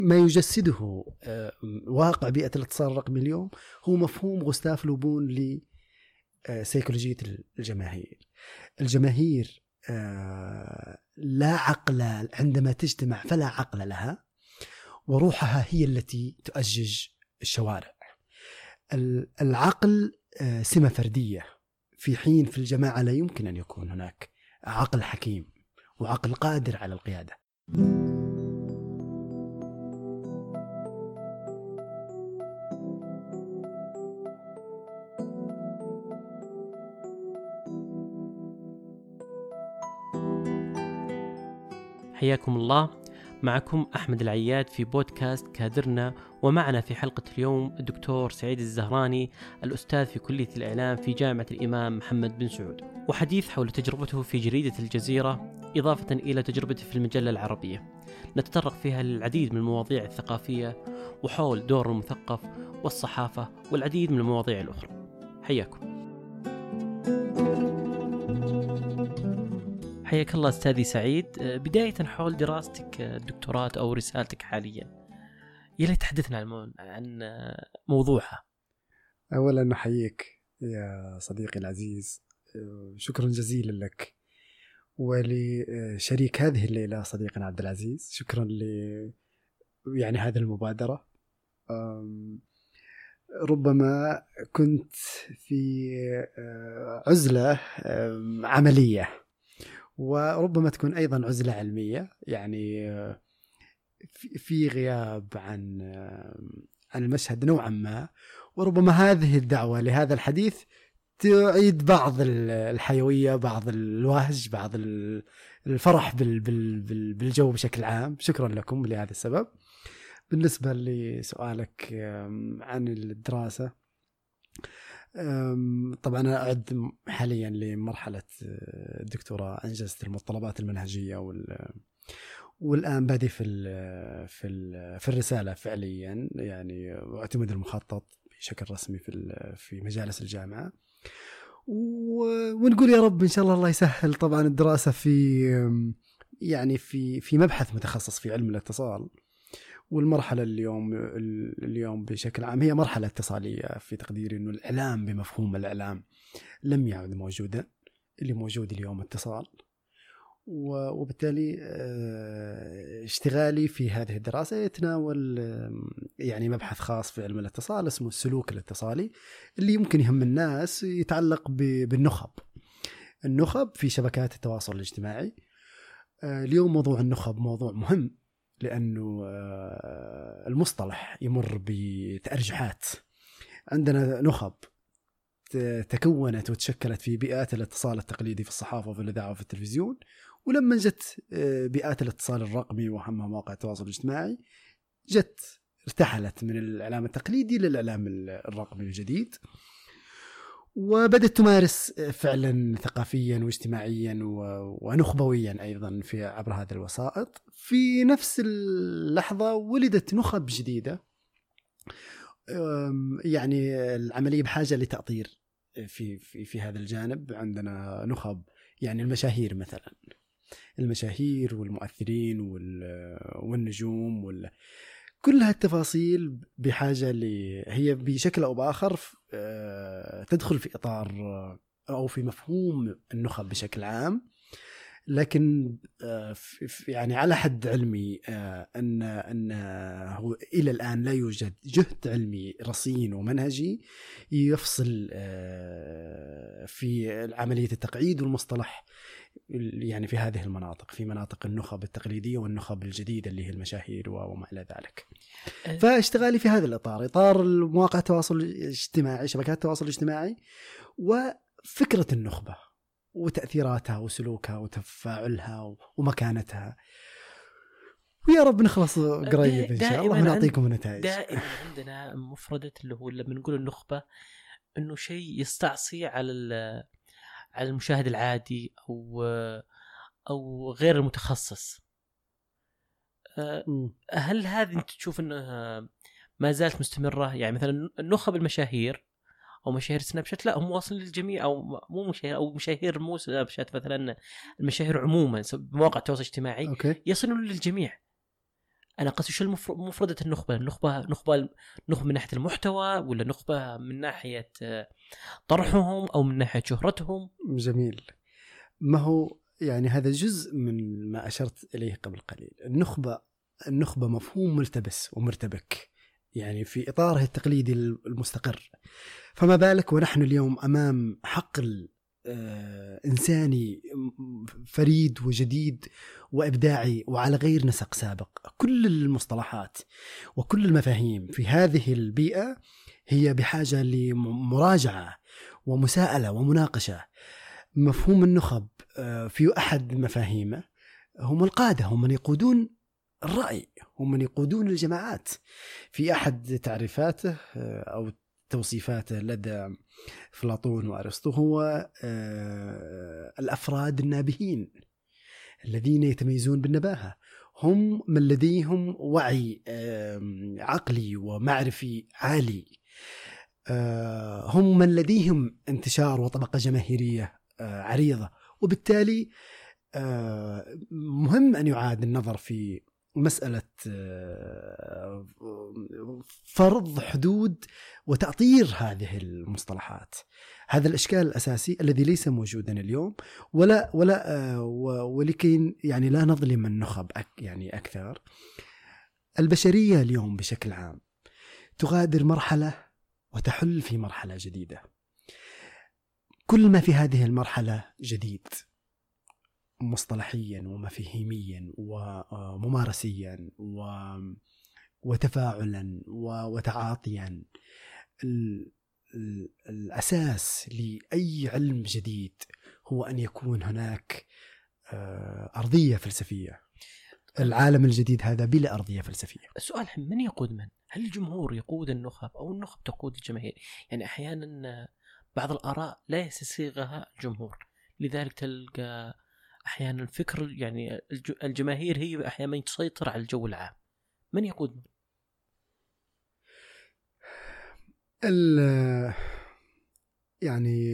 ما يجسده واقع بيئة الاتصال الرقمي اليوم هو مفهوم غوستاف لوبون لسيكولوجية الجماهير. الجماهير لا عقل عندما تجتمع، فلا عقل لها، وروحها هي التي تؤجج الشوارع. العقل سمة فردية، في حين في الجماعة لا يمكن أن يكون هناك عقل حكيم وعقل قادر على القيادة. حياكم الله، معكم أحمد العياد في بودكاست كادرنا، ومعنا في حلقة اليوم الدكتور سعيد الزهراني، الأستاذ في كلية الإعلام في جامعة الإمام محمد بن سعود، وحديث حول تجربته في جريدة الجزيرة إضافة إلى تجربته في المجلة العربية. نتطرق فيها للعديد من المواضيع الثقافية وحول دور المثقف والصحافة والعديد من المواضيع الأخرى. حياكم. حياك الله أستاذي سعيد. بداية حول دراستك الدكتوراه أو رسالتك حاليا، يلي تحدثنا عن موضوعها. أولا نحييك يا صديقي العزيز، شكرا جزيلا لك ولشريك هذه الليلة صديقنا عبد العزيز. شكرا يعني هذه المبادرة. ربما كنت في عزلة عملية، وربما تكون أيضا عزلة علمية، يعني في غياب عن المشهد نوعا ما، وربما هذه الدعوة لهذا الحديث تعيد بعض الحيوية، بعض الوهج، بعض الفرح بالجو بشكل عام. شكرا لكم لهذا السبب. بالنسبة لسؤالك عن الدراسة، طبعا أنا أعد حاليا لمرحلة الدكتوراه، أنجزت المتطلبات المنهجية والآن بادئ في الرسالة فعليا، يعني أعتمد المخطط بشكل رسمي في مجالس الجامعة، ونقول يا رب إن شاء الله يسهل. طبعا الدراسة يعني في مبحث متخصص في علم الاتصال، والمرحلة اليوم بشكل عام هي مرحلة اتصالية في تقديري، إنه الإعلام بمفهوم الإعلام لم يعد موجودا، اللي موجود اليوم اتصال. وبالتالي اشتغالي في هذه الدراسة يتناول يعني مبحث خاص في علم الاتصال اسمه السلوك الاتصالي، اللي يمكن يهم الناس، يتعلق النخب في شبكات التواصل الاجتماعي. اليوم موضوع النخب موضوع مهم، لأنه المصطلح يمر بتأرجحات. عندنا نخب تكونت وتشكلت في بيئات الاتصال التقليدي في الصحافة وفي الإذاعة وفي التلفزيون، ولما جت بيئات الاتصال الرقمي وأهمها مواقع التواصل الاجتماعي، ارتحلت من الإعلام التقليدي للإعلام الرقمي الجديد، وبدأت تمارس فعلا ثقافيا واجتماعيا ونخبويا أيضا عبر هذه الوسائط. في نفس اللحظة ولدت نخب جديدة، يعني العملية بحاجة لتأطير في هذا الجانب. عندنا نخب يعني المشاهير مثلا، المشاهير والمؤثرين والنجوم كل هالتفاصيل بحاجة هي بشكل أو بآخر تدخل في إطار أو في مفهوم النخب بشكل عام. لكن يعني على حد علمي أن هو إلى الآن لا يوجد جهد علمي رصين ومنهجي يفصل في عملية التقعيد والمصطلح، يعني في هذه المناطق، في مناطق النخب التقليدية والنخب الجديدة اللي هي المشاهير وما إلى ذلك. فاشتغالي في هذا الإطار، إطار مواقع التواصل الاجتماعي، شبكات التواصل الاجتماعي، وفكرة النخبة وتأثيراتها وسلوكها وتفاعلها ومكانتها. ويا رب نخلص قريب إن شاء الله ونعطيكم النتائج. دائما عندنا مفردة اللي هو لما نقول النخبة إنه شيء يستعصي على المشاهد العادي أو غير المتخصص. هل هذه أنت تشوف أنها ما زالت مستمرة؟ يعني مثلا النخب المشاهير أو مشاهير سناب شات، لا هم واصلين للجميع، أو مو مشاهير، أو مشاهير مو سناب شات مثلا، المشاهير عموما بمواقع التواصل الاجتماعي يصلون للجميع. أنا قصدي شو مفردة النخبة؟ نخبة من ناحية المحتوى، ولا نخبة من ناحية طرحهم، أو من ناحية شهرتهم؟ جميل. ما هو يعني هذا جزء من ما أشرت إليه قبل قليل. النخبة مفهوم ملتبس ومرتبك يعني في إطاره التقليدي المستقر، فما بالك ونحن اليوم أمام حقل إنساني فريد وجديد وإبداعي وعلى غير نسق سابق. كل المصطلحات وكل المفاهيم في هذه البيئة هي بحاجة لمراجعة ومساءلة ومناقشة. مفهوم النخب في أحد مفاهيمه هم القادة، هم من يقودون الرأي، هم من يقودون الجماعات. في أحد تعريفاته أو توصيفاته لدى أفلاطون وأرسطو هو الأفراد النابهين الذين يتميزون بالنباهة، هم من لديهم وعي عقلي ومعرفي عالي، هم من لديهم انتشار وطبقة جماهيرية عريضة. وبالتالي مهم أن يعاد النظر في مسألة فرض حدود وتأطير هذه المصطلحات. هذا الإشكال الأساسي الذي ليس موجودا اليوم، ولكن يعني لا نظلم النخب يعني أكثر. البشرية اليوم بشكل عام تغادر مرحلة وتحل في مرحلة جديدة. كل ما في هذه المرحلة جديد مصطلحيا ومفاهيميا وممارسيا وتفاعلا وتعاطيا. الأساس لأي علم جديد هو أن يكون هناك أرضية فلسفية. العالم الجديد هذا بلا أرضية فلسفية. السؤال من يقود من؟ هل الجمهور يقود النخب أو النخب تقود الجماهير؟ يعني أحيانا بعض الآراء لا يستسيغها الجمهور، لذلك تلقى أحيانا الفكر يعني الجماهير هي أحيانا تسيطر على الجو العام. من يقود من؟ يعني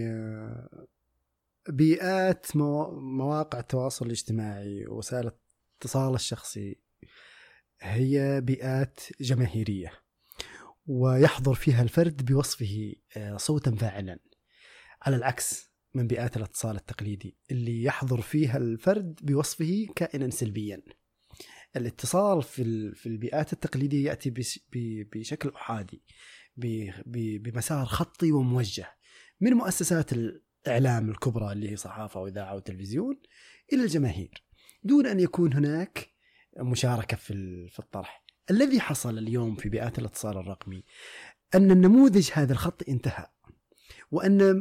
بيئات مواقع التواصل الاجتماعي ووسائل الاتصال الشخصي هي بيئات جماهيرية، ويحضر فيها الفرد بوصفه صوتا فاعلا، على العكس من بيئات الاتصال التقليدي اللي يحضر فيها الفرد بوصفه كائنا سلبيا. الاتصال في البيئات التقليدية يأتي بشكل أحادي، بمسار خطي وموجه من مؤسسات الإعلام الكبرى اللي هي صحافة وإذاعة وتلفزيون إلى الجماهير، دون أن يكون هناك مشاركة في الطرح. الذي حصل اليوم في بيئات الاتصال الرقمي أن النموذج هذا الخط انتهى، وأن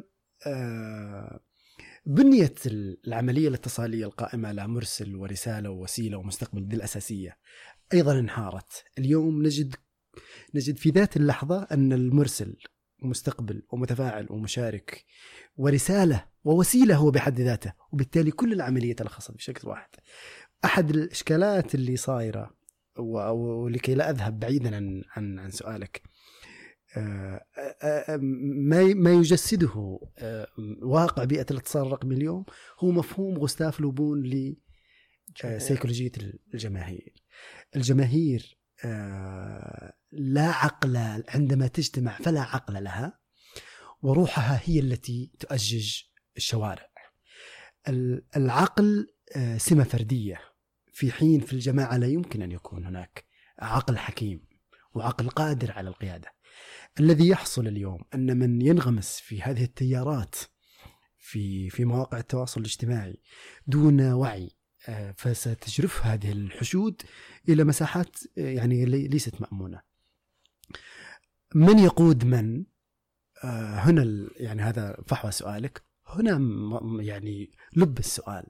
بنية العملية الاتصالية القائمة على مرسل ورسالة ووسيلة ومستقبل ذي الأساسية أيضا انهارت. اليوم نجد في ذات اللحظة أن المرسل مستقبل ومتفاعل ومشارك ورسالة ووسيلة هو بحد ذاته، وبالتالي كل العملية تلخصت بشكل واحد. أحد الإشكالات اللي صايرة، ولكي لا أذهب بعيدا عن سؤالك، ما يجسده واقع بيئة الاتصال الرقمي اليوم هو مفهوم غوستاف لوبون لسيكولوجية الجماهير. الجماهير لا عقل عندما تجتمع، فلا عقل لها، وروحها هي التي تؤجج الشوارع. العقل سمة فردية، في حين في الجماعة لا يمكن أن يكون هناك عقل حكيم وعقل قادر على القيادة. الذي يحصل اليوم أن من ينغمس في هذه التيارات في مواقع التواصل الاجتماعي دون وعي فستجرف هذه الحشود إلى مساحات يعني ليست مأمونة. من يقود من؟ هنا يعني هذا فحوى سؤالك، هنا يعني لب السؤال.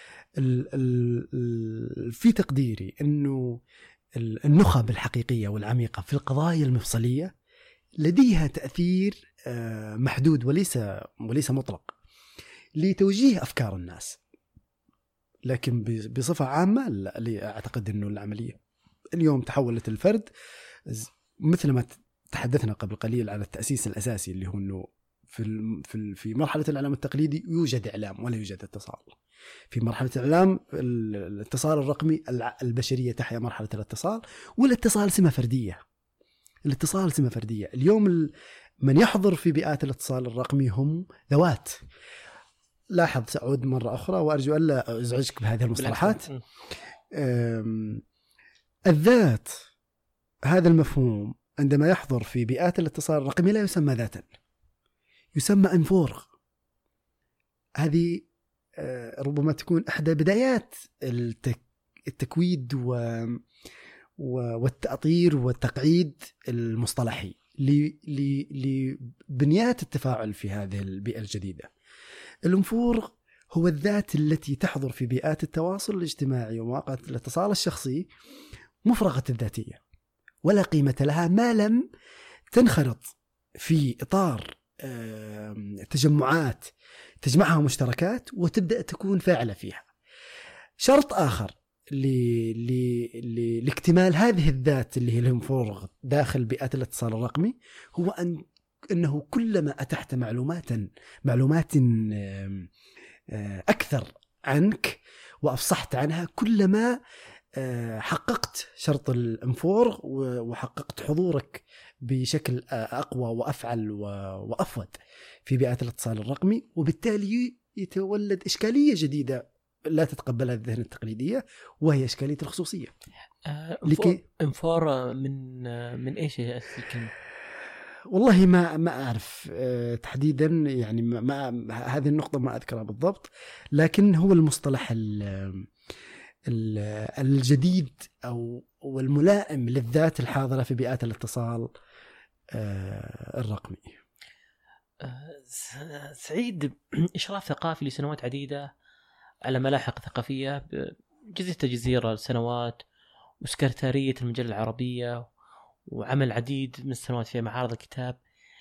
في تقديري أنه النخب الحقيقية والعميقة في القضايا المفصلية لديها تأثير محدود وليس مطلق لتوجيه أفكار الناس، لكن بصفة عامة أعتقد أنه العملية اليوم تحولت الفرد مثل ما تحدثنا قبل قليل على التأسيس الأساسي اللي هو أنه في مرحلة الإعلام التقليدي يوجد إعلام ولا يوجد اتصال. في مرحلة الإعلام الاتصال الرقمي البشرية تحيا مرحلة الاتصال، والاتصال سمة فردية. الاتصال سمة فردية. اليوم من يحضر في بيئات الاتصال الرقمي هم ذوات. لاحظ، سأعود مرة أخرى وأرجو ألا أزعجك بهذه المصطلحات. الذات، هذا المفهوم عندما يحضر في بيئات الاتصال الرقمي لا يسمى ذاتا، يسمى انفورغ. هذه ربما تكون إحدى بدايات التكويد والتأطير والتقعيد المصطلحي لبنيات التفاعل في هذه البيئة الجديدة. الانفورغ هو الذات التي تحضر في بيئات التواصل الاجتماعي ومواقع الاتصال الشخصي مفرغة الذاتية، ولا قيمة لها ما لم تنخرط في إطار تجمعات تجمعها مشتركات وتبدأ تكون فاعلة فيها. شرط آخر لاكتمال هذه الذات اللي هي الانفورغ داخل بيئات الاتصال الرقمي هو أنه كلما أتحت معلومات أكثر عنك وأفصحت عنها، كلما حققت شرط الانفورغ وحققت حضورك بشكل أقوى وأفعل وأفود في بيئات الاتصال الرقمي. وبالتالي يتولد إشكالية جديدة لا تتقبلها الذهن التقليدية، وهي إشكالية الخصوصية. انفور من إيش الكلمة؟ والله ما أعرف تحديدا، يعني ما هذه النقطة ما أذكرها بالضبط، لكن هو المصطلح الجديد أو الملائم للذات الحاضرة في بيئات الاتصال الرقمي. سعيد، إشراف ثقافي لسنوات عديدة على ملاحق ثقافية جزيرة الجزيرة لسنوات، وسكرتارية المجلة العربية، وعمل عديد من السنوات في معارض الكتاب.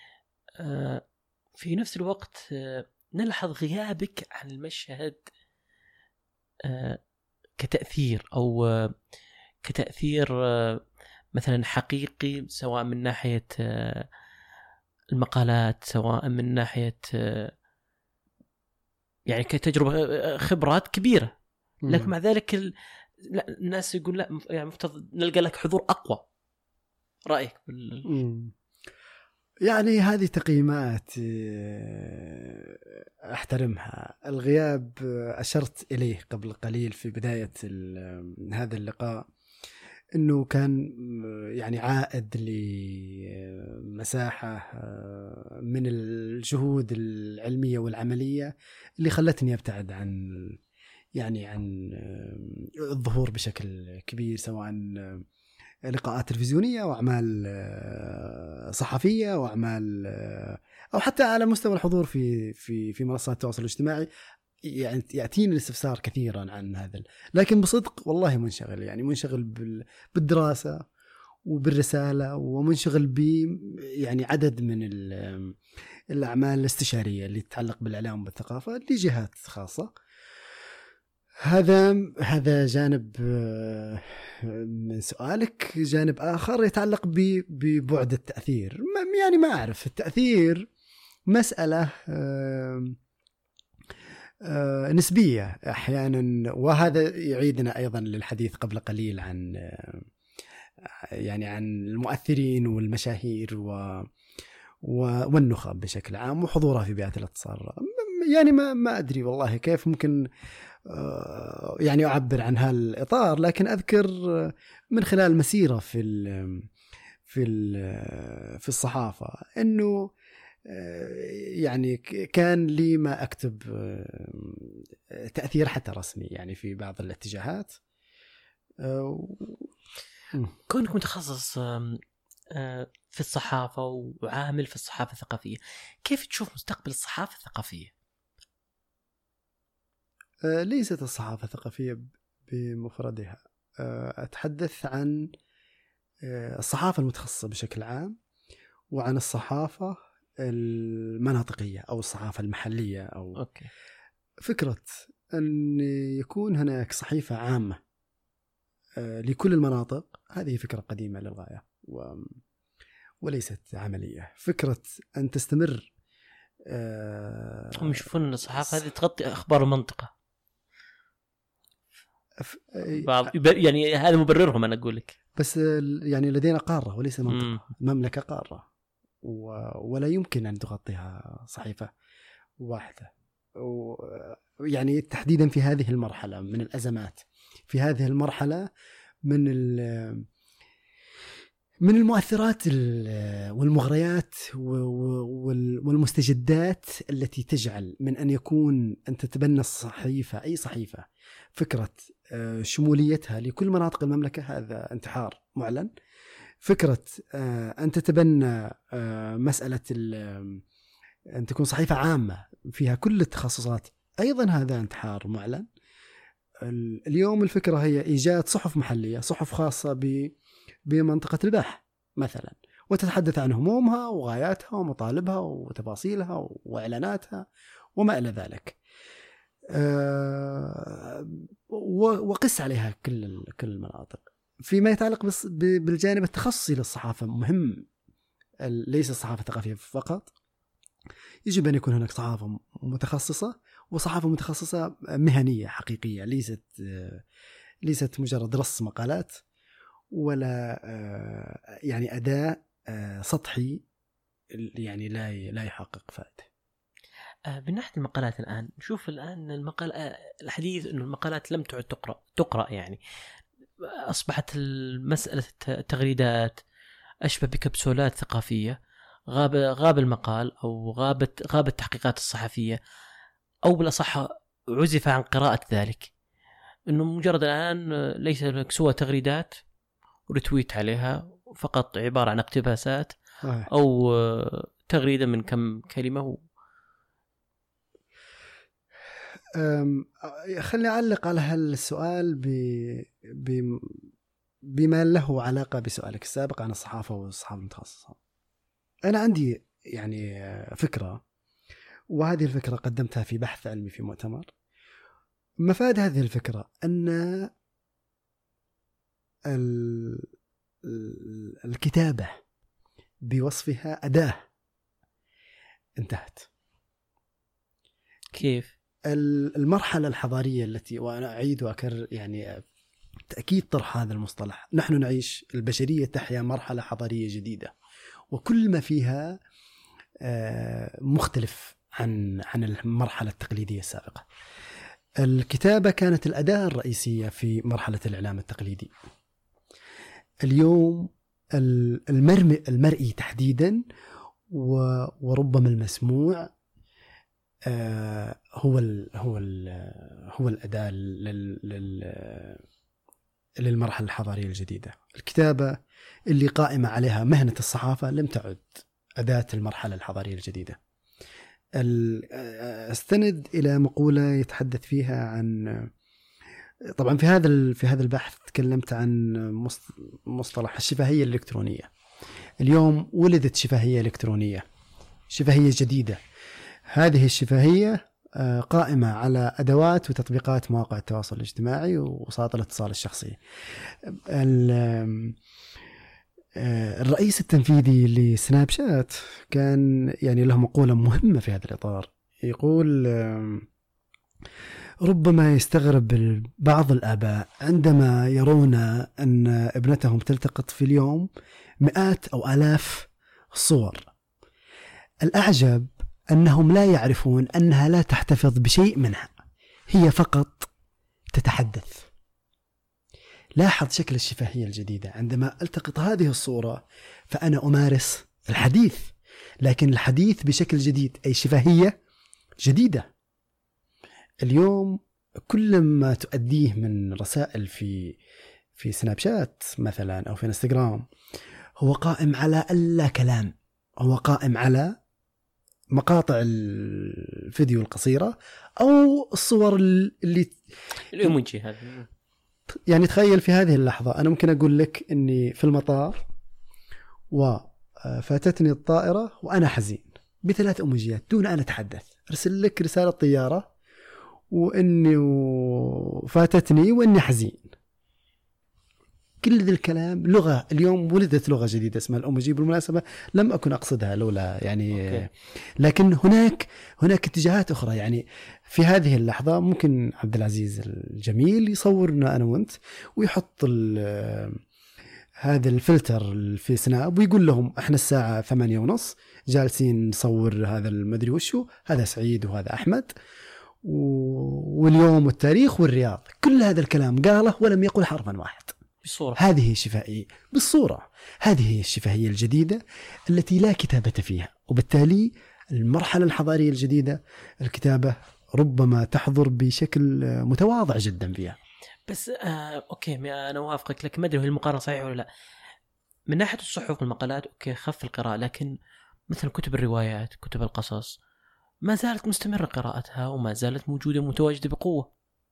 في نفس الوقت نلحظ غيابك عن المشهد كتأثير أو كتأثير مثلا حقيقي، سواء من ناحية المقالات، سواء من ناحية يعني كتجربة خبرات كبيرة، لكن مع ذلك الناس يقول لا، يعني مفترض نلقى لك حضور أقوى. رأيك يعني هذه تقييمات أحترمها. الغياب أشرت إليه قبل قليل في بداية هذا اللقاء، أنه كان يعني عائد لمساحة من الجهود العلمية والعملية اللي خلتني أبتعد عن الظهور بشكل كبير، سواء لقاءات تلفزيونية وأعمال صحفية وأعمال أو حتى على مستوى الحضور في منصات التواصل الاجتماعي. يعني يأتيني الاستفسار كثيرا عن هذا، لكن بصدق والله منشغل، يعني منشغل بالدراسة وبالرسالة، ومنشغل يعني عدد من الأعمال الاستشارية اللي تتعلق بالإعلام والثقافة لجهات خاصة. هذا جانب من سؤالك. جانب آخر يتعلق ببعد التأثير. يعني ما أعرف، التأثير مسألة نسبية أحيانا، وهذا يعيدنا أيضا للحديث قبل قليل عن المؤثرين والمشاهير والنخب بشكل عام وحضورها في بيئات الاتصال. يعني ما أدري والله كيف ممكن يعني أعبر عن هالإطار، لكن أذكر من خلال مسيرة في الصحافة أنه يعني كان لي ما أكتب تأثير حتى رسمي يعني في بعض الاتجاهات. كونك متخصص في الصحافة وعامل في الصحافة الثقافية، كيف تشوف مستقبل الصحافة الثقافية؟ ليست الصحافة الثقافية بمفردها، أتحدث عن الصحافة المتخصصة بشكل عام، وعن الصحافة المناطقية أو الصحافة المحلية أو أوكي. فكرة أن يكون هناك صحيفة عامة لكل المناطق، هذه فكرة قديمة للغاية وليست عملية. فكرة أن تستمر هم يشوفون الصحافة هذه تغطي أخبار المنطقة، يعني هذا مبررهم أنا أقول لك. بس يعني لدينا قارة وليس منطقة. المملكة قارة ولا يمكن أن تغطيها صحيفة واحدة. يعني تحديدا في هذه المرحلة من الأزمات، في هذه المرحلة من المؤثرات والمغريات والمستجدات التي تجعل من أن يكون أن تتبنى الصحيفة، أي صحيفة، فكرة شموليتها لكل مناطق المملكة، هذا انتحار معلن. فكرة أن تتبنى مسألة أن تكون صحيفة عامة فيها كل التخصصات، أيضا هذا انتحار معلن. اليوم الفكرة هي إيجاد صحف محلية، صحف خاصة بمنطقة الباحة مثلا، وتتحدث عن همومها وغاياتها ومطالبها وتفاصيلها وإعلاناتها وما إلى ذلك، وقس عليها كل المناطق. فيما يتعلق بالجانب التخصصي للصحافة مهم، ليس الصحافة الثقافية فقط، يجب أن يكون هناك صحافة متخصصة وصحافة متخصصة مهنية حقيقية، ليست مجرد رص مقالات ولا يعني أداء سطحي يعني لا يحقق فائدة. من ناحية المقالات الآن نشوف الآن الحديث إنه المقالات لم تعد تقرأ يعني أصبحت المسألة التغريدات أشبه بكبسولات ثقافية، غاب المقال أو غابت التحقيقات الصحفية، أو بالأصح عزف عن قراءة ذلك، إنه مجرد الآن ليس لك سوى تغريدات ورتويت عليها فقط، عبارة عن اقتباسات أو تغريدة من كم كلمة. خلني أعلق على هالسؤال بما له علاقة بسؤالك السابق عن الصحافة والصحافة المتخصصة. أنا عندي يعني فكرة، وهذه الفكرة قدمتها في بحث علمي في مؤتمر. مفاد هذه الفكرة أن الكتابة بوصفها أداة انتهت. كيف؟ المرحلة الحضارية التي، وأنا أعيد وأكرر يعني تأكيد طرح هذا المصطلح، نحن نعيش، البشرية تحيا مرحلة حضارية جديدة، وكل ما فيها مختلف عن المرحلة التقليدية السابقة. الكتابة كانت الأداة الرئيسية في مرحلة الإعلام التقليدي. اليوم المرئي تحديدا وربما المسموع هو الأداة للمرحلة الحضارية الجديدة. الكتابة اللي قائمة عليها مهنة الصحافة لم تعد أداة المرحلة الحضارية الجديدة. استند إلى مقولة يتحدث فيها عن، طبعا في هذا البحث تكلمت عن مصطلح الشفهية الإلكترونية. اليوم ولدت شفهية إلكترونية، شفهية جديدة. هذه الشفهية قائمة على أدوات وتطبيقات مواقع التواصل الاجتماعي ووسائط الاتصال الشخصي. الرئيس التنفيذي لسناب شات كان يعني له مقولة مهمة في هذا الإطار، يقول ربما يستغرب بعض الآباء عندما يرون أن ابنتهم تلتقط في اليوم مئات أو آلاف الصور. الأعجب أنهم لا يعرفون أنها لا تحتفظ بشيء منها، هي فقط تتحدث. لاحظ شكل الشفهية الجديدة، عندما ألتقط هذه الصورة فأنا أمارس الحديث، لكن الحديث بشكل جديد، أي شفهية جديدة. اليوم كل ما تؤديه من رسائل في سناب شات مثلا أو في انستغرام هو قائم على ألا كلام، هو قائم على مقاطع الفيديو القصيرة أو الصور اللي الإيموجي هذا. يعني تخيل في هذه اللحظة أنا ممكن أقول لك أني في المطار وفاتتني الطائرة وأنا حزين ب3 إيموجيات دون أن أتحدث، أرسل لك رسالة طيارة وإني فاتتني وإني حزين. كل ذا الكلام لغة. اليوم ولدت لغة جديدة اسمها الأوموجي، بالمناسبة لم أكن أقصدها لولا يعني لكن هناك اتجاهات أخرى. يعني في هذه اللحظة ممكن عبد العزيز الجميل يصورنا أنا وأنت ويحط هذا الفلتر في سناب ويقول لهم احنا الساعة 8:30 جالسين نصور هذا المدري وشو، هذا سعيد وهذا أحمد واليوم والتاريخ والرياض. كل هذا الكلام قاله ولم يقل حرفا واحد بالصورة. هذه الشفهية بالصورة، هذه هي الشفهية الجديدة التي لا كتابة فيها، وبالتالي المرحلة الحضارية الجديدة الكتابة ربما تحضر بشكل متواضع جدا فيها. بس أوكي أنا وافقك، لكن ما أدري هل المقارنة صحيحة ولا لا. من ناحية الصحف والمقالات أوكي خف القراءة، لكن مثل كتب الروايات كتب القصص ما زالت مستمرة قراءتها وما زالت موجودة متواجدة بقوة.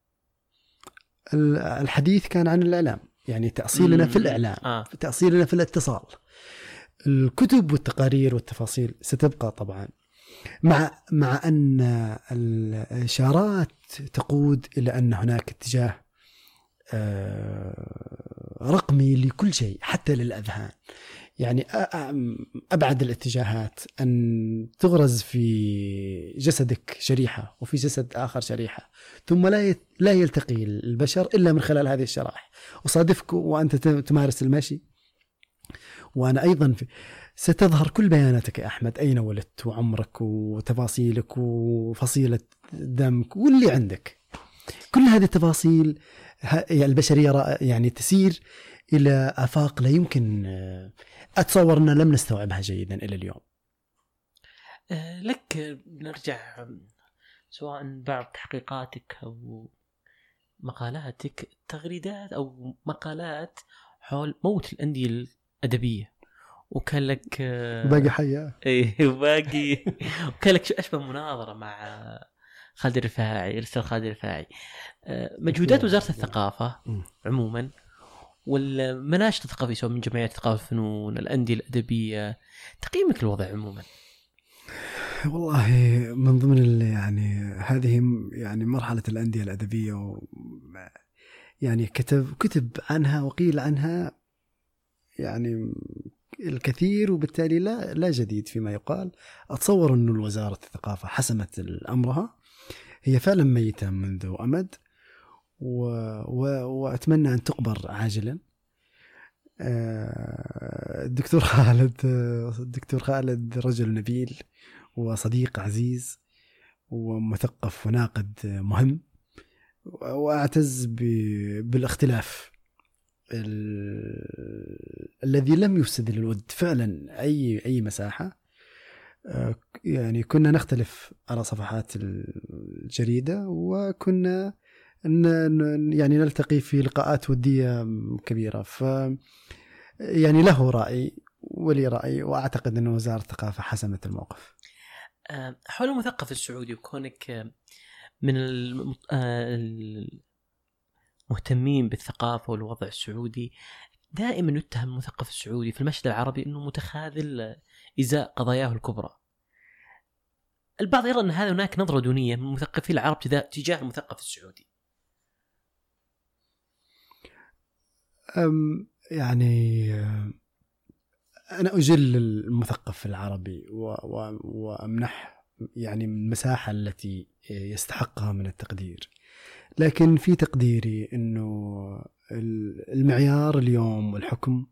الحديث كان عن الإعلام، يعني تأصيلنا في الإعلام تأصيلنا في الاتصال. الكتب والتقارير والتفاصيل ستبقى طبعا، مع أن الإشارات تقود إلى أن هناك اتجاه رقمي لكل شيء حتى للأذهان. يعني أبعد الاتجاهات أن تغرز في جسدك شريحة وفي جسد آخر شريحة، ثم لا يلتقي البشر إلا من خلال هذه الشرائح. وصادفك وأنت تمارس المشي وأنا أيضا ستظهر كل بياناتك يا أحمد، أين ولدت وعمرك وتفاصيلك وفصيلة دمك واللي عندك. كل هذه التفاصيل البشرية يعني تسير إلى آفاق لا يمكن أتصور أننا لم نستوعبها جيدا إلى اليوم. لك نرجع سواء بعض تحقيقاتك أو مقالاتك، تغريدات أو مقالات حول موت الأندية الأدبية، وكان لك باقي حياة باقي وكان لك أشبه مناظرة مع خالد الرفاعي، رسالة خالد الرفاعي. مجهودات وزارة الثقافة عموما والمناشط الثقافية سواء من جمعيات ثقافة الفنون الأندية الأدبية، تقييمك الوضع عموما؟ والله من ضمن يعني هذه يعني مرحلة الأندية الأدبية يعني كتب عنها وقيل عنها يعني الكثير، وبالتالي لا جديد فيما يقال. أتصور أن وزارة الثقافة حسمت أمرها، هي فعلا ميتة منذ أمد وأتمنى أن تقبر عاجلا. الدكتور خالد رجل نبيل وصديق عزيز ومثقف وناقد مهم، وأعتز بالاختلاف الذي لم يفسد للود فعلا أي مساحة. يعني كنا نختلف على صفحات الجريدة، وكنا يعني نلتقي في لقاءات ودية كبيرة. يعني له رأي ولي رأي، وأعتقد أن وزارة الثقافة حسمت الموقف. حول المثقف السعودي، وكونك من المهتمين بالثقافة والوضع السعودي، دائما يتهم المثقف السعودي في المشهد العربي أنه متخاذل إزاء قضاياه الكبرى. البعض يرى أن هناك نظرة دونية من مثقفي العرب تجاه المثقف السعودي. يعني أنا أجل المثقف العربي وأمنح يعني المساحة التي يستحقها من التقدير، لكن في تقديري أنه المعيار اليوم والحكم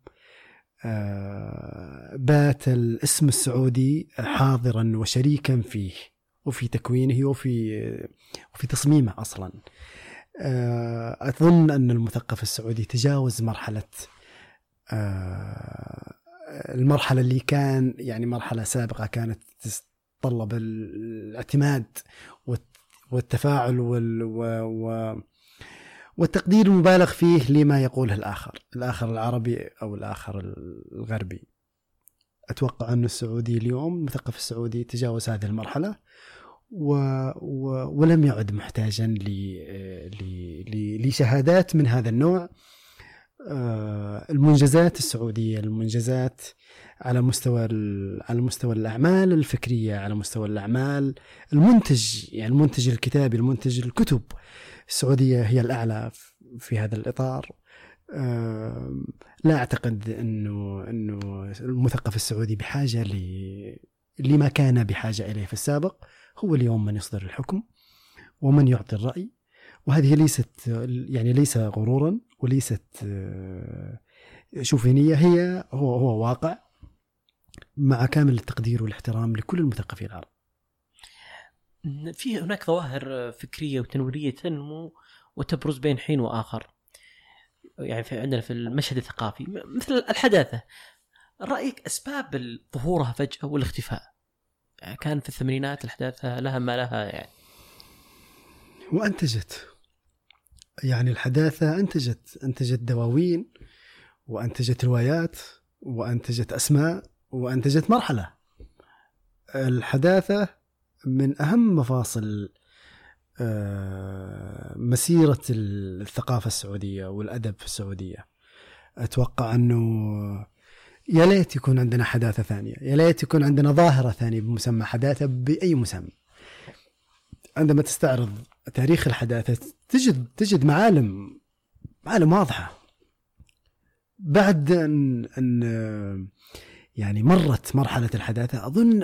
بات الاسم السعودي حاضرا وشريكا فيه وفي تكوينه وفي تصميمه أصلا. أظن أن المثقف السعودي تجاوز المرحلة اللي كان يعني مرحلة سابقة كانت تتطلب الاعتماد والتفاعل والتقدير المبالغ فيه لما يقوله الآخر العربي أو الآخر الغربي. أتوقع أن السعودي اليوم المثقف السعودي تجاوز هذه المرحلة ولم يعد محتاجا لشهادات من هذا النوع. المنجزات السعودية، المنجزات على مستوى الأعمال الفكرية، على مستوى الأعمال المنتج، يعني المنتج الكتابي، المنتج الكتب، السعودية هي الأعلى في هذا الإطار. لا أعتقد أنه المثقف السعودي بحاجة لما كان بحاجة إليه في السابق. هو اليوم من يصدر الحكم ومن يعطي الرأي، وهذه ليس غرورا وليست شوفينية، هو واقع، مع كامل التقدير والاحترام لكل المثقفين العرب. في هناك ظواهر فكرية وتنويرية تنمو وتبرز بين حين وآخر، يعني عندنا في المشهد الثقافي مثل الحداثة. رأيك أسباب ظهورها فجأة والاختفاء؟ يعني كان في الثمانينات الحداثة لها ما لها يعني، وأنتجت، يعني الحداثة أنتجت دواوين، وأنتجت روايات، وأنتجت أسماء، وأنتجت مرحلة. الحداثة من أهم مفاصل مسيرة الثقافة السعودية والأدب في السعودية. أتوقع أنه يا ليت يكون عندنا حداثة ثانية، يا ليت يكون عندنا ظاهرة ثانية بمسمى حداثة بأي مسمى. عندما تستعرض تاريخ الحداثة تجد معالم واضحة. بعد أن يعني مرت مرحلة الحداثة، أظن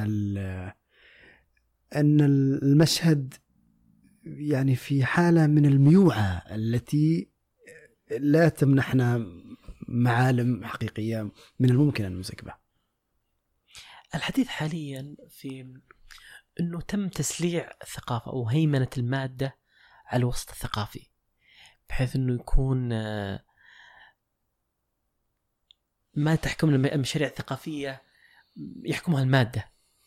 أن المشهد يعني في حالة من الميوعة التي لا تمنحنا معالم حقيقية من الممكن أن نمسك بها. الحديث حاليا في أنه تم تسليع الثقافة أو هيمنة المادة على الوسط الثقافي، بحيث أنه يكون ما تحكم المشاريع الثقافية يحكمها المادة.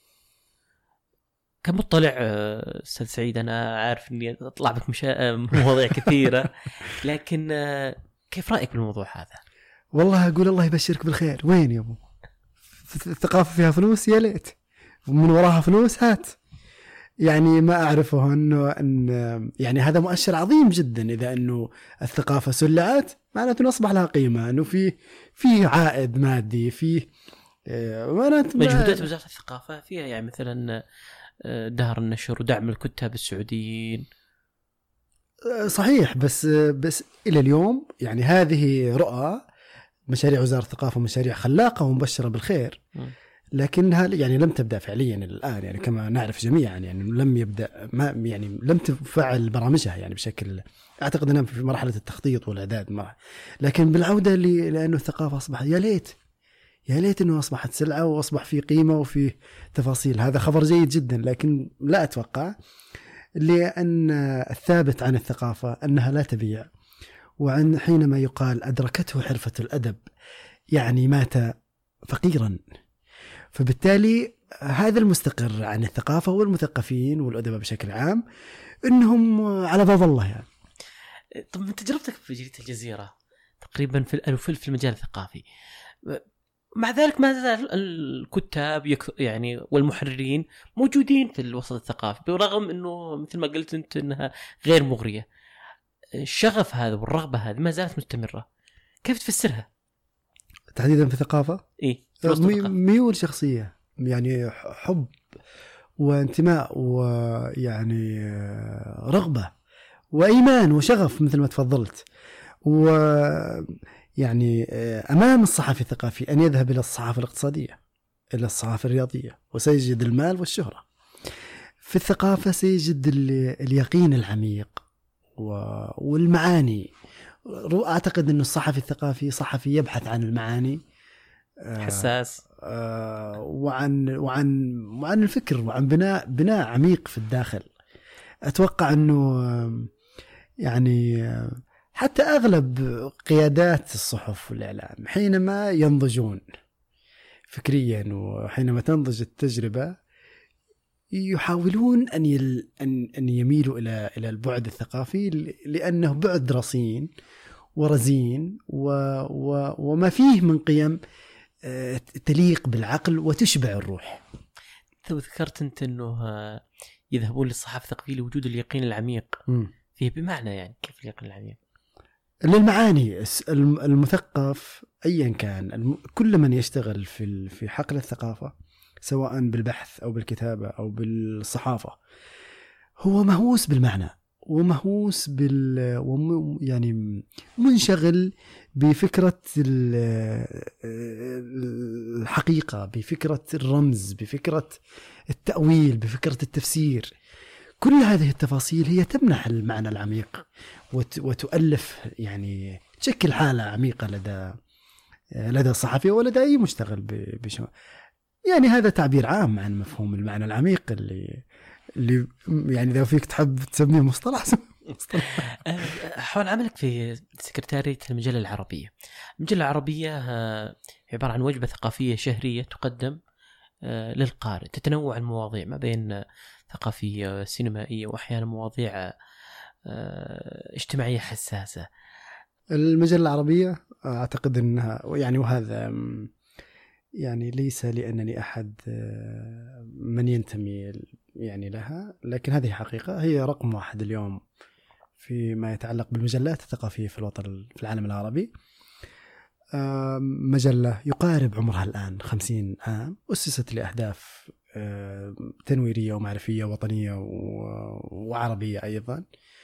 كمطلع أستاذ سعيد، أنا عارف أني أطلع بك مواضيع كثيرة، لكن كيف رأيك بالموضوع هذا؟ والله أقول الله يبشرك بالخير. وين يا أبو؟ الثقافة فيها فلوس، يا ليت، ومن وراها فلوس هات. يعني ما أعرفه أن يعني هذا مؤشر عظيم جدا. إذا أنه الثقافة سلعت، معناته أصبح لها قيمة، أنه في عائد مادي، في مجهودات وزارة الثقافة فيها، يعني مثلا دار النشر ودعم الكتاب السعوديين. صحيح، بس إلى اليوم يعني هذه رؤى مشاريع وزارة الثقافة، مشاريع خلاقة ومبشرة بالخير، لكنها يعني لم تبدأ فعليا الآن، يعني كما نعرف جميعا، يعني لم يبدأ، ما يعني لم تفعل برامجها يعني بشكل، أعتقد أنها في مرحلة التخطيط والإعداد. لكن بالعودة لأنه الثقافة أصبحت، يا ليت أنه أصبحت سلعة وأصبح في قيمة وفي تفاصيل. هذا خبر جيد جدا، لكن لا أتوقع، لأن الثابت عن الثقافة أنها لا تبيع. وعن حينما يقال أدركته حرفة الأدب، يعني مات فقيرا. فبالتالي هذا المستقر عن الثقافة والمثقفين والأدباء بشكل عام أنهم على باب الله يعني. طب من تجربتك في جريدة الجزيرة تقريبا في المجال الثقافي، مع ذلك ما زال الكتاب يعني والمحررين موجودين في الوسط الثقافي، برغم أنه مثل ما قلت أنت أنها غير مغرية. الشغف هذا والرغبة هذه ما زالت مستمرة، كيف تفسرها؟ تحديدا في الثقافة؟ إيه، ميول شخصية، يعني حب وانتماء، ويعني رغبة وإيمان وشغف مثل ما تفضلت. ويعني أمام الصحفي الثقافي أن يذهب إلى الصحافة الاقتصادية، إلى الصحافة الرياضية، وسيجد المال والشهرة. في الثقافة سيجد اليقين العميق والمعاني. أعتقد أن الصحفي الثقافي صحفي يبحث عن المعاني، حساس، وعن الفكر، وعن بناء عميق في الداخل. أتوقع أنه يعني حتى أغلب قيادات الصحف والإعلام حينما ينضجون فكريا، وحينما تنضج التجربة، يحاولون أن يميلوا إلى البعد الثقافي، لأنه بعد رصين ورزين وما فيه من قيم تليق بالعقل وتشبع الروح. ذكرت أنت أنه يذهبون للصحافة الثقافية لوجود اليقين العميق فيه، بمعنى يعني كيف اليقين العميق؟ للمعاني. المثقف أيا كان، كل من يشتغل في حقل الثقافة، سواء بالبحث أو بالكتابة أو بالصحافة، هو مهووس بالمعنى، ومهووس يعني منشغل بفكرة الحقيقة، بفكرة الرمز، بفكرة التأويل، بفكرة التفسير. كل هذه التفاصيل هي تمنح المعنى العميق وتؤلف، يعني تشكل حالة عميقة لدى الصحفي ولدى أي مشتغل يعني هذا تعبير عام عن مفهوم المعنى العميق اللي يعني إذا فيك تحب تسميه مصطلح. حول عملك في سكرتارية المجلة العربية. المجلة العربية عبارة عن وجبة ثقافية شهرية تقدم للقارئ، تتنوع المواضيع ما بين ثقافية، سينمائية، وأحيانا مواضيع اجتماعية حساسة. المجلة العربية أعتقد أنها يعني، وهذا يعني ليس لأنني أحد من ينتمي يعني لها، لكن هذه حقيقة، هي رقم 1 اليوم فيما يتعلق بالمجلات الثقافية في في العالم العربي. مجلة يقارب عمرها الآن 50 عام، أسست لأهداف تنويرية ومعرفية وطنية وعربية أيضا.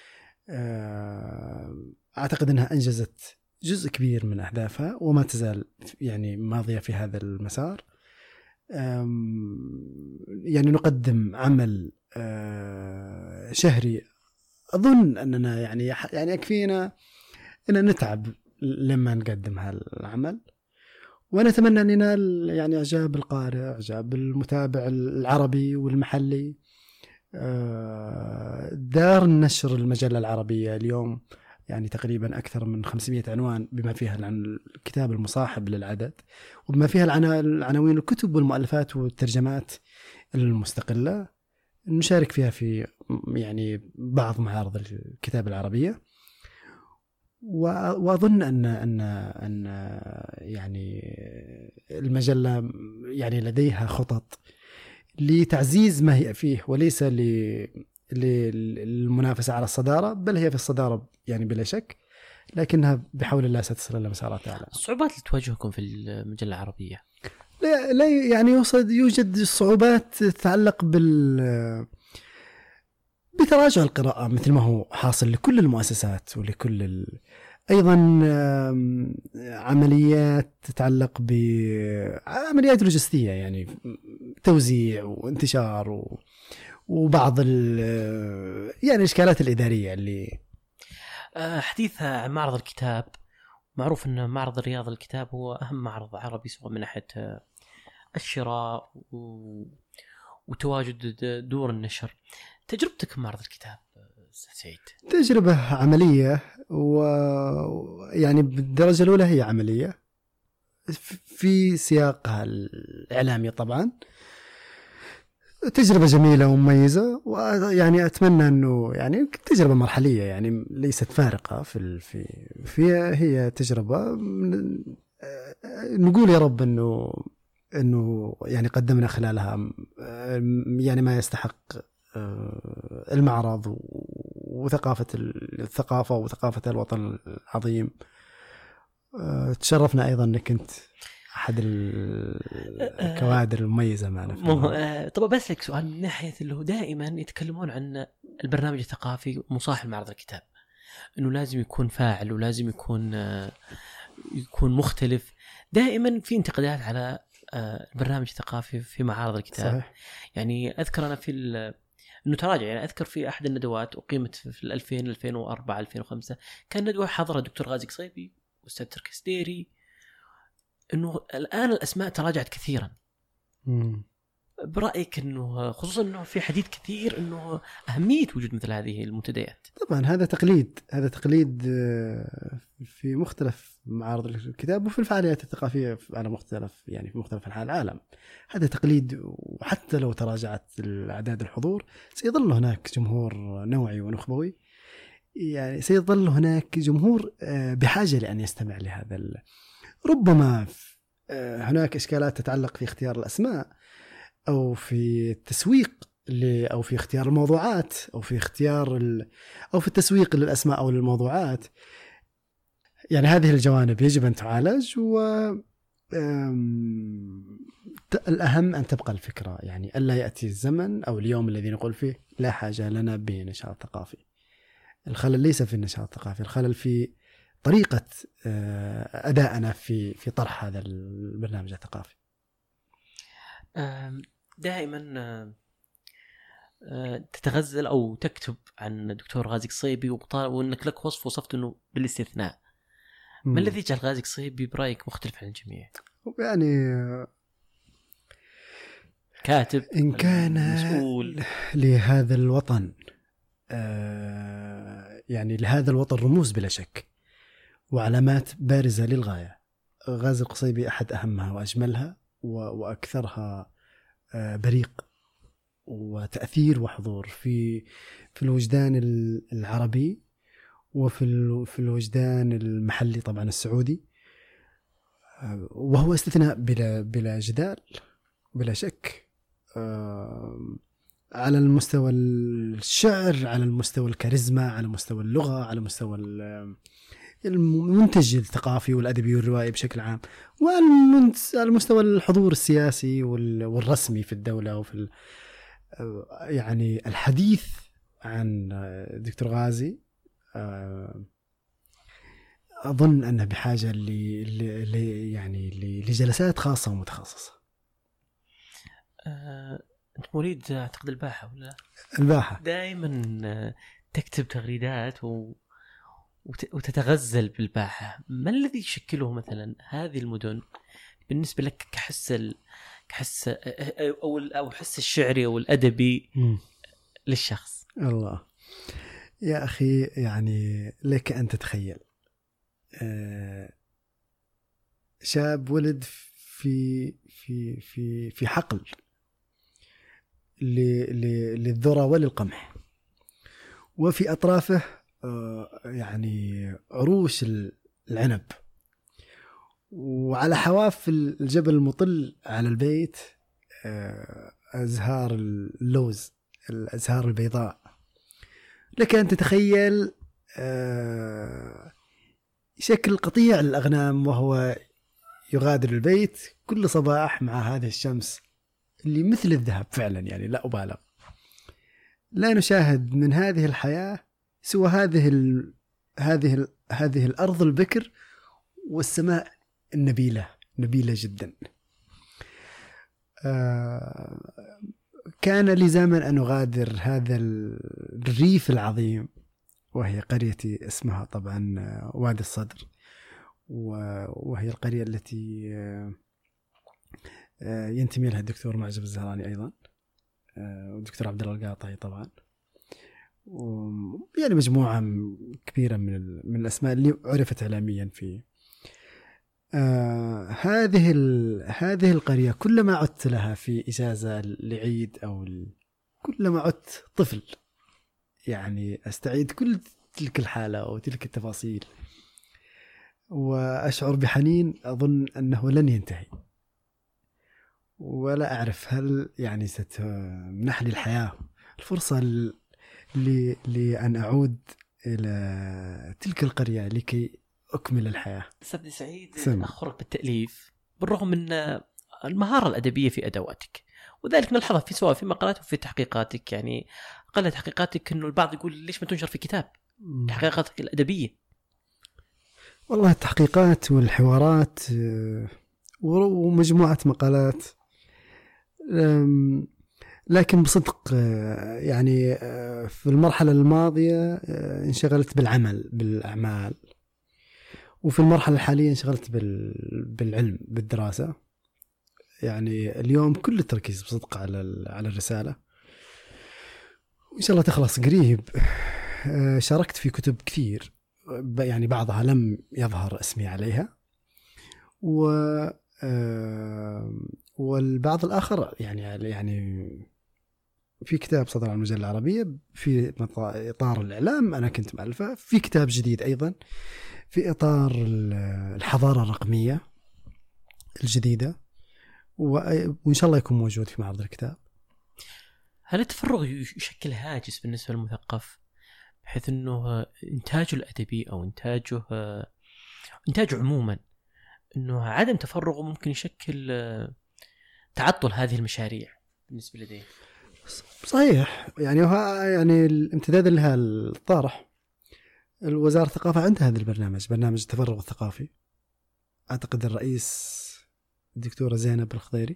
أعتقد أنها أنجزت جزء كبير من أهدافها وما تزال يعني ماضية في هذا المسار. يعني نقدم عمل شهري، أظن أننا يعني يكفينا أن نتعب لما نقدم هالعمل، ونتمنى أن ننال يعني إعجاب القارئ، إعجاب المتابع العربي والمحلي. دار النشر المجلة العربية اليوم يعني تقريبا أكثر من 500 عنوان، بما فيها الكتاب المصاحب للعدد، وبما فيها العناوين الكتب والمؤلفات والترجمات المستقلة. نشارك فيها في يعني بعض معارض الكتاب العربية، وأظن أن يعني المجلة يعني لديها خطط لتعزيز ما هي فيه، وليس للمنافسة على الصدارة، بل هي في الصدارة يعني بلا شك، لكنها بحول الله ستصل إلى مسارات أعلى. الصعوبات اللي تواجهكم في المجلة العربية؟ لا يعني يوجد صعوبات تتعلق بتراجع القراءة، مثل ما هو حاصل لكل المؤسسات ولكل أيضا عمليات تتعلق بعمليات لوجستية، يعني توزيع وانتشار وبعض يعني الإشكالات الإدارية اللي حديث عن معرض الكتاب. معروف أن معرض الرياض الكتاب هو أهم معرض عربي، سواء من ناحية الشراء وتواجد دور النشر. تجربتك معرض الكتاب سعيد؟ تجربة عملية، ويعني بالدرجة الأولى هي عملية في سياقها الإعلامي طبعا. تجربة جميلة ومميزة، ويعني أتمنى أنه يعني تجربة مرحلية، يعني ليست فارقة هي تجربة نقول يا رب أنه يعني قدمنا خلالها يعني ما يستحق المعرض وثقافة الثقافة وثقافة الوطن العظيم. تشرفنا أيضا أنك كنت أحد الكوادر المميزة معنا. طبعا بس لك سؤال من ناحية اللي هو دائما يتكلمون عن البرنامج الثقافي مصاحب معرض الكتاب، أنه لازم يكون فاعل ولازم يكون مختلف. دائما في انتقادات على البرنامج الثقافي في معارض الكتاب. صحيح. يعني أذكر أنا أنه تراجع، يعني أذكر في أحد الندوات أقيمت في 2000 2004 2005 كان ندوة حضرها الدكتور غازي قصيبي وأستاذ تركي سديري، أنه الآن الأسماء تراجعت كثيرا. برأيك أنه خصوصا أنه في حديث كثير أنه أهمية وجود مثل هذه المنتديات؟ طبعا هذا تقليد في مختلف معارض الكتاب وفي الفعاليات الثقافية على مختلف، يعني في مختلف أنحاء العالم. هذا تقليد، وحتى لو تراجعت الأعداد الحضور سيظل هناك جمهور نوعي ونخبوي، يعني سيظل هناك جمهور بحاجة لأن يستمع لهذا. ربما هناك إشكالات تتعلق في اختيار الأسماء أو في التسويق أو في اختيار الموضوعات أو في أو في التسويق للأسماء أو للموضوعات. يعني هذه الجوانب يجب أن تعالج، الأهم أن تبقى الفكرة، يعني ألا يأتي الزمن أو اليوم الذي نقول فيه لا حاجة لنا بنشاط ثقافي. الخلل ليس في النشاط الثقافي، الخلل في طريقة أدائنا في طرح هذا البرنامج الثقافي. دائما تتغزل أو تكتب عن دكتور غازي قصيبي وأنك لك وصفت أنه بالاستثناء. ما الذي يجعل غازي قصيبي برأيك مختلف عن الجميع؟ يعني كاتب إن كان مسؤول لهذا الوطن، يعني لهذا الوطن رموز بلا شك وعلامات بارزة للغاية. غازي القصيبي أحد أهمها وأجملها وأكثرها بريق وتأثير وحضور في الوجدان العربي وفي الوجدان المحلي طبعا السعودي، وهو استثناء بلا جدال بلا شك، على المستوى الشعر، على المستوى الكاريزما، على مستوى اللغة، على مستوى المنتج الثقافي والأدبي والروائي بشكل عام، وعلى مستوى الحضور السياسي والرسمي في الدولة وفي يعني الحديث عن دكتور غازي أظن أنه بحاجة يعني لجلسات خاصة ومتخصصة. أنت مريد أعتقد الباحة ولا؟ الباحة دائما تكتب تغريدات وتتغزل بالباحة. ما الذي يشكله مثلا هذه المدن بالنسبة لك كحس أو حس الشعري أو الأدبي للشخص؟ الله يا أخي، يعني لك أن تتخيل شاب ولد في حقل للذرة وللقمح، وفي أطرافه يعني عروش العنب، وعلى حواف الجبل المطل على البيت أزهار اللوز، الأزهار البيضاء. لك أن تتخيل شكل قطيع الأغنام وهو يغادر البيت كل صباح مع هذه الشمس اللي مثل الذهب فعلا، يعني لا أبالغ. لا نشاهد من هذه الحياة سوى هذه الأرض البكر والسماء النبيلة جدا. كان لزاما أن أغادر هذا الريف العظيم، وهي قريتي اسمها طبعا وادي الصدر، وهي القرية التي ينتمي لها الدكتور معجب الزهراني أيضا، والدكتور عبد الله القاطعي طبعا، يعني مجموعة كبيرة من الأسماء اللي عرفت إعلاميا في هذه القرية. كلما عدت لها في إجازة لعيد أو كلما عدت طفل، يعني أستعيد كل تلك الحالة وتلك التفاصيل، وأشعر بحنين أظن أنه لن ينتهي، ولا أعرف هل يعني ستمنح لي الحياة الفرصة لأن أعود إلى تلك القرية لكي أكمل الحياة. سيدي سعيد، أخبرك بالتأليف بالرغم من المهارة الأدبية في أدواتك، وذلك نلحظها في سواء في مقالات وفي تحقيقاتك. يعني أقل تحقيقاتك أنه البعض يقول ليش ما تنشر في كتاب تحقيقاتك الأدبية؟ والله التحقيقات والحوارات ومجموعة مقالات، لكن بصدق يعني في المرحلة الماضية انشغلت بالأعمال، وفي المرحلة الحالية انشغلت بالعلم بالدراسة. يعني اليوم كل التركيز بصدق على الرسالة، وإن شاء الله تخلص قريب. شاركت في كتب كثير، يعني بعضها لم يظهر اسمي عليها، والبعض الآخر يعني في كتاب صدر عن المجلة العربية في إطار الإعلام أنا كنت مؤلفه، في كتاب جديد أيضا في إطار الحضارة الرقمية الجديدة، وإن شاء الله يكون موجود في معرض الكتاب. هل التفرغ يشكل هاجس بالنسبة للمثقف، بحيث أنه إنتاجه الأدبي أو إنتاجه عموما، أنه عدم تفرغه ممكن يشكل تعطل هذه المشاريع بالنسبة لديه؟ صحيح، يعني الامتداد لها الطارح الوزارة الثقافة عندها هذا البرنامج، برنامج التفرغ الثقافي. أعتقد الرئيس الدكتورة زينب الخضيري.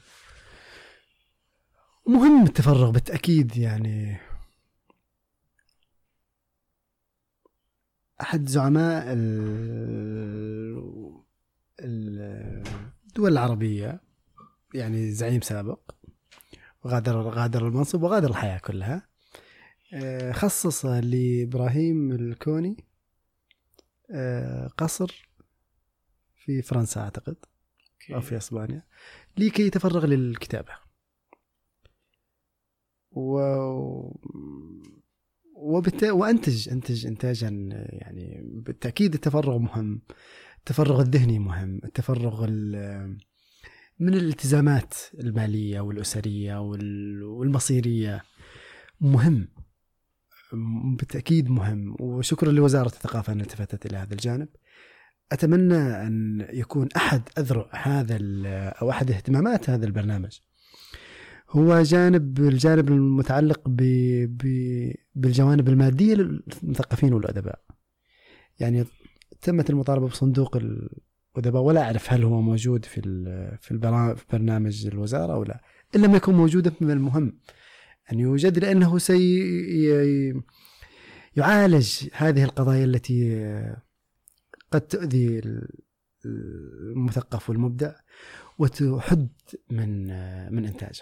مهم التفرغ بالتأكيد. يعني أحد زعماء الدول العربية، يعني زعيم سابق، غادر المنصب وغادر الحياة كلها، خصص لإبراهيم الكوني قصر في فرنسا أعتقد أو في إسبانيا لكي يتفرغ للكتابة. وأنتج إنتاجا. يعني بالتأكيد التفرغ مهم، التفرغ الذهني مهم، التفرغ من الالتزامات المالية والأسرية والمصيرية مهم، بالتأكيد مهم. وشكرا لوزارة الثقافة أن التفتت إلى هذا الجانب. أتمنى أن يكون أحد أذرع هذا أو أحد اهتمامات هذا البرنامج هو الجانب المتعلق بالجوانب المادية للمثقفين والأدباء. يعني تمت المطالبة بصندوق الأدباء، ولا أعرف هل هو موجود في برنامج الوزارة أو لا. إن لم يكن موجودا من المهم أن يوجد، لأنه يعالج هذه القضايا التي قد تؤذي المثقف والمبدع وتحد من إنتاجه.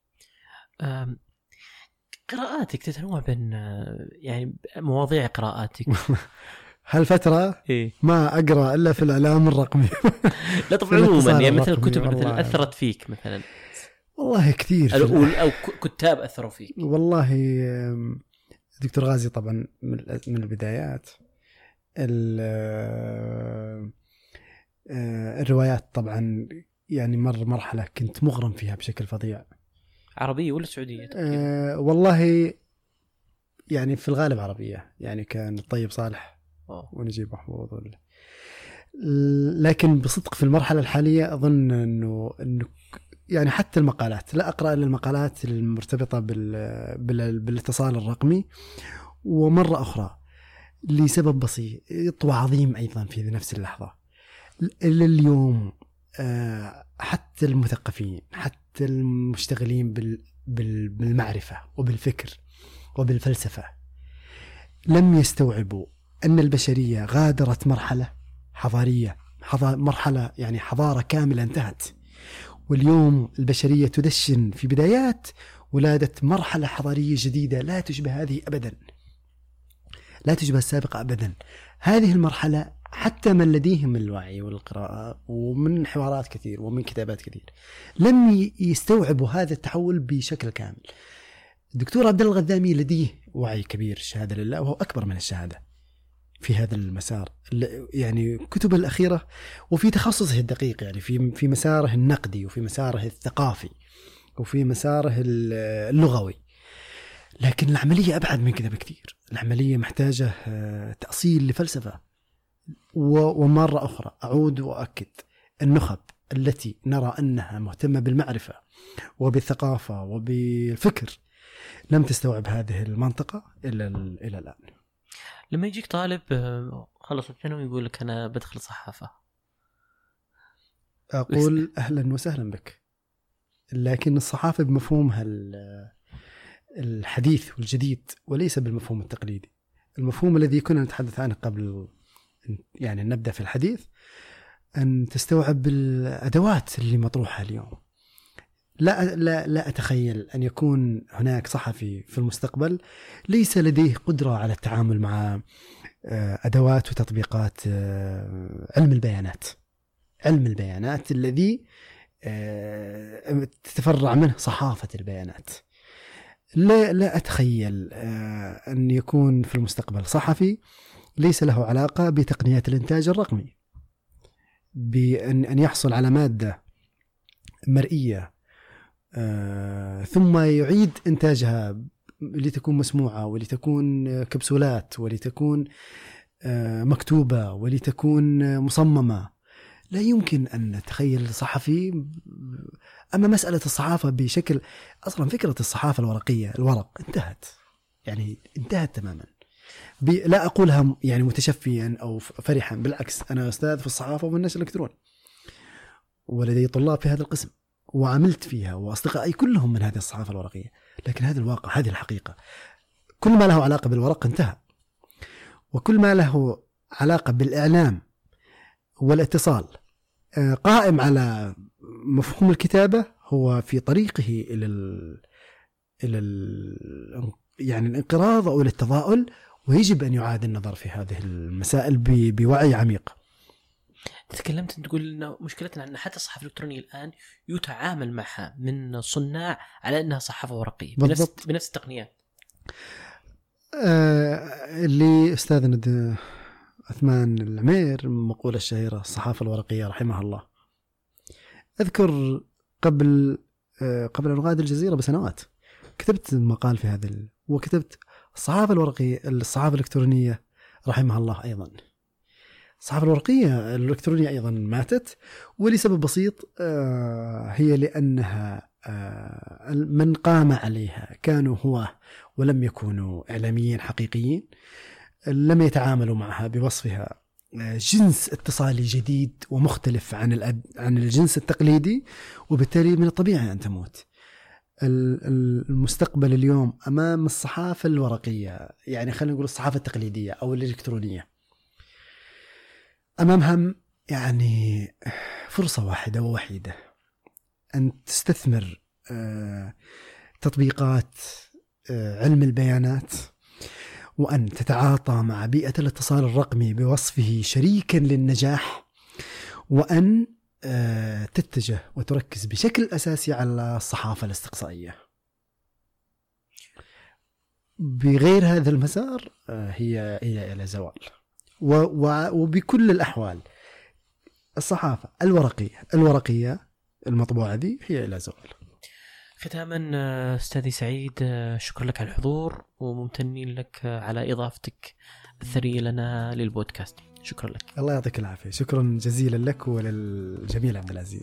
قراءاتك تتنوع بين يعني مواضيع قراءاتك. هالفترة ما أقرأ إلا في الإعلام الرقمي. لا طبعا عموما، يعني مثل الكتب مثلا أثرت فيك مثلا. والله كثير، أو كتاب أثروا فيك. والله دكتور غازي طبعا من البدايات. الروايات طبعا يعني مرحلة كنت مغرم فيها بشكل فظيع. عربية ولا سعودية؟ والله يعني في الغالب عربية، يعني كان الطيب صالح ونجيب محفوظ لكن بصدق في المرحلة الحالية أظن أنه يعني حتى المقالات لا أقرأ إلا المقالات المرتبطة بالاتصال الرقمي. ومرة أخرى لسبب بسيط وعظيم أيضا في نفس اللحظة، إلى اليوم حتى المثقفين، حتى المشتغلين بالمعرفة وبالفكر وبالفلسفة لم يستوعبوا أن البشرية غادرت مرحلة حضارية، مرحلة يعني حضارة كاملة انتهت، واليوم البشرية تدشن في بدايات ولادة مرحلة حضارية جديدة لا تشبه هذه أبدا، لا تشبه السابقة أبدا. هذه المرحلة حتى من لديهم الوعي والقراءة ومن حوارات كثير ومن كتابات كثير لم يستوعبوا هذا التحول بشكل كامل. الدكتور عبد الله الغذامي لديه وعي كبير، الشهادة لله، وهو أكبر من الشهادة في هذا المسار. يعني كتب الأخيرة وفي تخصصه الدقيق، يعني في مساره النقدي وفي مساره الثقافي وفي مساره اللغوي، لكن العملية أبعد من كذا بكثير. العملية محتاجة تأصيل لفلسفة. ومرة أخرى أعود وأكد، النخب التي نرى أنها مهتمة بالمعرفة وبالثقافة وبالفكر لم تستوعب هذه المنطقة إلى الآن. لما يجيك طالب خلص الثانوي يقول لك أنا بدخل صحافة، أقول أهلا وسهلا بك، لكن الصحافة بمفهومها الحديث والجديد وليس بالمفهوم التقليدي. المفهوم الذي كنا نتحدث عنه قبل يعني نبدأ في الحديث، أن تستوعب الأدوات اللي مطروحة اليوم. لا أتخيل أن يكون هناك صحفي في المستقبل ليس لديه قدرة على التعامل مع أدوات وتطبيقات علم البيانات الذي تتفرع منه صحافة البيانات. لا أتخيل أن يكون في المستقبل صحفي ليس له علاقة بتقنيات الإنتاج الرقمي، بأن يحصل على مادة مرئية ثم يعيد إنتاجها لتكون مسموعة ولتكون كبسولات ولتكون مكتوبة ولتكون مصممة. لا يمكن أن نتخيل صحفي. أما مسألة الصحافة بشكل، أصلا فكرة الصحافة الورقية، الورق انتهت، يعني انتهت تماما. لا أقولها يعني متشفيا أو فرحا، بالعكس أنا أستاذ في الصحافة والنشر الإلكتروني، ولدي طلاب في هذا القسم وعملت فيها، وأصدقائي كلهم من هذه الصحافة الورقية. لكن هذا الواقع، هذه الحقيقة. كل ما له علاقة بالورق انتهى، وكل ما له علاقة بالإعلام والاتصال قائم على مفهوم الكتابة هو في طريقه إلى يعني الانقراض أو التضاؤل، ويجب أن يعاد النظر في هذه المسائل بوعي عميق. تكلمت تقول إنه مشكلتنا أن حتى الصحافة الإلكترونية الآن يتعامل معها من صناع على أنها صحافة ورقية بنفس التقنيات. اللي أستاذنا عثمان العمير مقولة الشهيرة الصحافة الورقية رحمه الله. أذكر قبل أن أغادر الجزيرة بسنوات كتبت مقال في هذا وكتبت الصحافة الورقية، الصحافة الإلكترونية رحمها الله أيضا. الصحافة الورقية الإلكترونية أيضا ماتت، ولسبب بسيط، هي لأنها من قام عليها كانوا هو ولم يكونوا إعلاميين حقيقيين، لم يتعاملوا معها بوصفها جنس اتصالي جديد ومختلف عن الجنس التقليدي، وبالتالي من الطبيعي أن تموت. المستقبل اليوم أمام الصحافة الورقية، يعني خلينا نقول الصحافة التقليدية أو الإلكترونية، أمامها يعني فرصة واحدة ووحيدة، أن تستثمر تطبيقات علم البيانات، وأن تتعاطى مع بيئة الاتصال الرقمي بوصفه شريكا للنجاح، وأن تتجه وتركز بشكل أساسي على الصحافة الاستقصائية. بغير هذا المسار هي إلى زوال، وبكل الأحوال الصحافة الورقية المطبوعة دي هي إلى زوال. ختاما أستاذي سعيد، شكرا لك على الحضور، وممتنين لك على إضافتك الثرية لنا للبودكاست. شكرا لك. الله يعطيك العافية. شكرا جزيلا لك وللجميل عبد العزيز.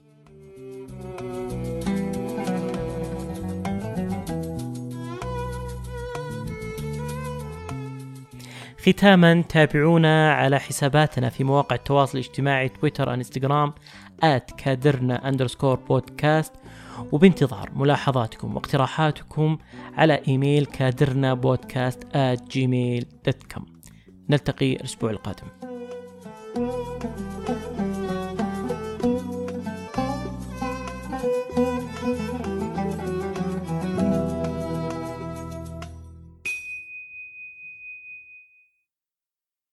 ختاما، تابعونا على حساباتنا في مواقع التواصل الاجتماعي تويتر انستغرام @كادرنا_podcast، وبانتظار ملاحظاتكم واقتراحاتكم على إيميل كادرنابودكاست@gmail.com. نلتقي الأسبوع القادم.